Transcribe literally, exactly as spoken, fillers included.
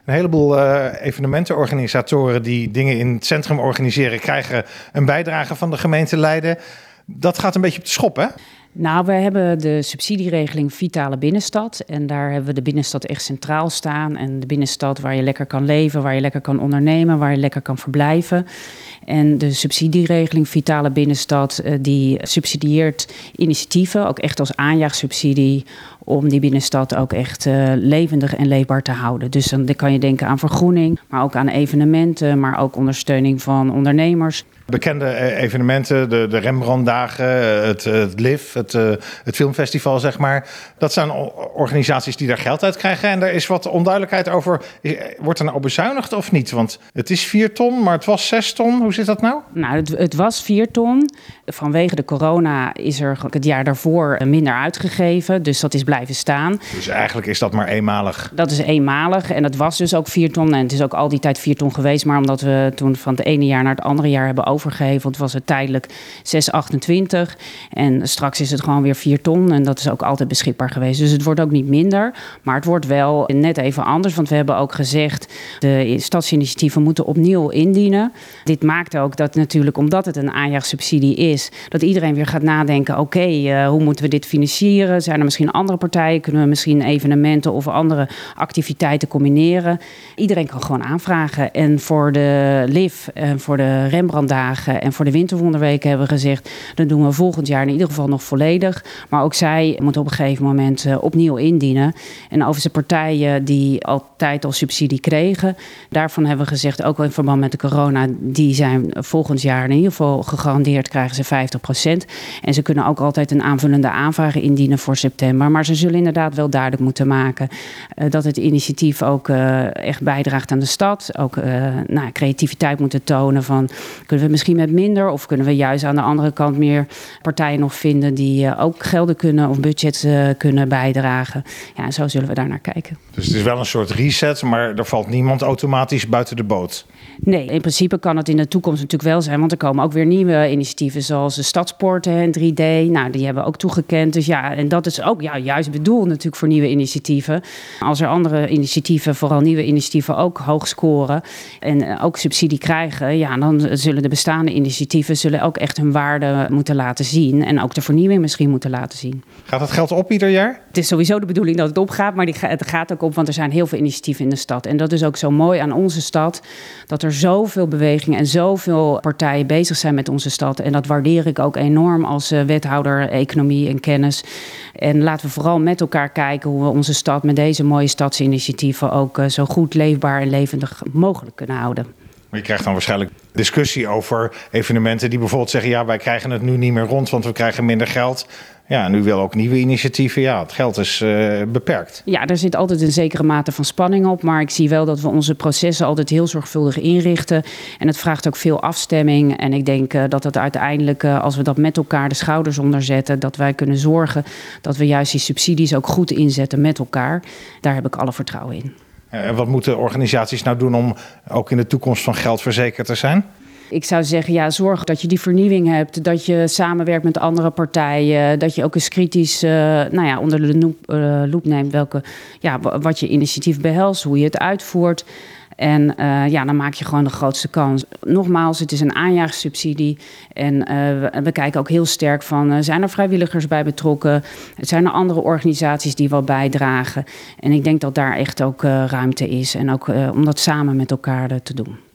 Een heleboel uh, evenementenorganisatoren die dingen in het centrum organiseren, krijgen een bijdrage van de gemeente Leiden. Dat gaat een beetje op de schop, hè? Nou, we hebben de subsidieregeling Vitale Binnenstad. En daar hebben we de binnenstad echt centraal staan. En de binnenstad waar je lekker kan leven, waar je lekker kan ondernemen, waar je lekker kan verblijven. En de subsidieregeling Vitale Binnenstad, die subsidieert initiatieven, ook echt als aanjaagsubsidie, om die binnenstad ook echt uh, levendig en leefbaar te houden. Dus dan kan je denken aan vergroening, maar ook aan evenementen, maar ook ondersteuning van ondernemers. Bekende evenementen, de, de Rembrandtdagen, het, het L I F, het, het filmfestival, zeg maar. Dat zijn organisaties die daar geld uit krijgen. En er is wat onduidelijkheid over, wordt er nou bezuinigd of niet? Want het is vier ton, maar het was zes ton. Hoe zit dat nou? Nou, het, het was vier ton. Vanwege de corona is er het jaar daarvoor minder uitgegeven. Dus dat is blijven staan. Dus eigenlijk is dat maar eenmalig? Dat is eenmalig. En dat was dus ook vier ton. En het is ook al die tijd vier ton geweest. Maar omdat we toen van het ene jaar naar het andere jaar hebben overgeheveld, was het tijdelijk zes komma achtentwintig. En straks is het gewoon weer vier ton. En dat is ook altijd beschikbaar geweest. Dus het wordt ook niet minder. Maar het wordt wel net even anders. Want we hebben ook gezegd, de stadsinitiatieven moeten opnieuw indienen. Dit maakt ook dat natuurlijk, omdat het een aanjaagsubsidie is, dat iedereen weer gaat nadenken, oké, okay, uh, hoe moeten we dit financieren? Zijn er misschien andere partijen? Kunnen we misschien evenementen of andere activiteiten combineren? Iedereen kan gewoon aanvragen. En voor de L I F en voor de Rembrandtdagen en voor de Winterwonderweken hebben we gezegd, dat doen we volgend jaar in ieder geval nog volledig. Maar ook zij moeten op een gegeven moment uh, opnieuw indienen. En over de partijen die altijd al subsidie kregen, daarvan hebben we gezegd, ook al in verband met de corona, die zijn volgend jaar in ieder geval gegarandeerd, krijgen ze vijftig procent. En ze kunnen ook altijd een aanvullende aanvraag indienen voor september. Maar ze zullen inderdaad wel duidelijk moeten maken uh, dat het initiatief ook uh, echt bijdraagt aan de stad. Ook uh, nou, creativiteit moeten tonen van, kunnen we misschien met minder of kunnen we juist aan de andere kant meer partijen nog vinden die uh, ook gelden kunnen of budgets uh, kunnen bijdragen. Ja, en zo zullen we daar naar kijken. Dus het is wel een soort reset, maar er valt niemand automatisch buiten de boot. Nee, in principe kan het in de toekomst natuurlijk wel zijn, want er komen ook weer nieuwe initiatieven zoals de Stadspoorten en drie D. Nou, die hebben we ook toegekend. Dus ja, en dat is ook ja, juist bedoeld natuurlijk voor nieuwe initiatieven. Als er andere initiatieven, vooral nieuwe initiatieven, ook hoog scoren en ook subsidie krijgen, ja, dan zullen de bestaande initiatieven zullen ook echt hun waarde moeten laten zien en ook de vernieuwing misschien moeten laten zien. Gaat dat geld op ieder jaar? Het is sowieso de bedoeling dat het opgaat, maar die, het gaat ook op, want er zijn heel veel initiatieven in de stad. En dat is ook zo mooi aan onze stad, dat er zoveel beweging en zoveel partijen bezig zijn met onze stad. En dat waardeer ik ook enorm als wethouder economie en kennis. En laten we vooral met elkaar kijken hoe we onze stad met deze mooie stadsinitiatieven ook zo goed leefbaar en levendig mogelijk kunnen houden. Maar je krijgt dan waarschijnlijk discussie over evenementen die bijvoorbeeld zeggen, ja, wij krijgen het nu niet meer rond, want we krijgen minder geld. Ja, nu wel ook nieuwe initiatieven. Ja, het geld is uh, beperkt. Ja, er zit altijd een zekere mate van spanning op. Maar ik zie wel dat we onze processen altijd heel zorgvuldig inrichten. En het vraagt ook veel afstemming. En ik denk uh, dat het uiteindelijk, uh, als we dat met elkaar de schouders onder zetten, dat wij kunnen zorgen dat we juist die subsidies ook goed inzetten met elkaar. Daar heb ik alle vertrouwen in. En wat moeten organisaties nou doen om ook in de toekomst van geld verzekerd te zijn? Ik zou zeggen, ja, zorg dat je die vernieuwing hebt, dat je samenwerkt met andere partijen, dat je ook eens kritisch uh, nou ja, onder de loep, uh, loep neemt welke, ja, wat je initiatief behelst, hoe je het uitvoert. En uh, ja, dan maak je gewoon de grootste kans. Nogmaals, het is een aanjaagsubsidie. En uh, we, we kijken ook heel sterk van, uh, zijn er vrijwilligers bij betrokken? Zijn er andere organisaties die wel bijdragen? En ik denk dat daar echt ook uh, ruimte is. En ook uh, om dat samen met elkaar uh, te doen.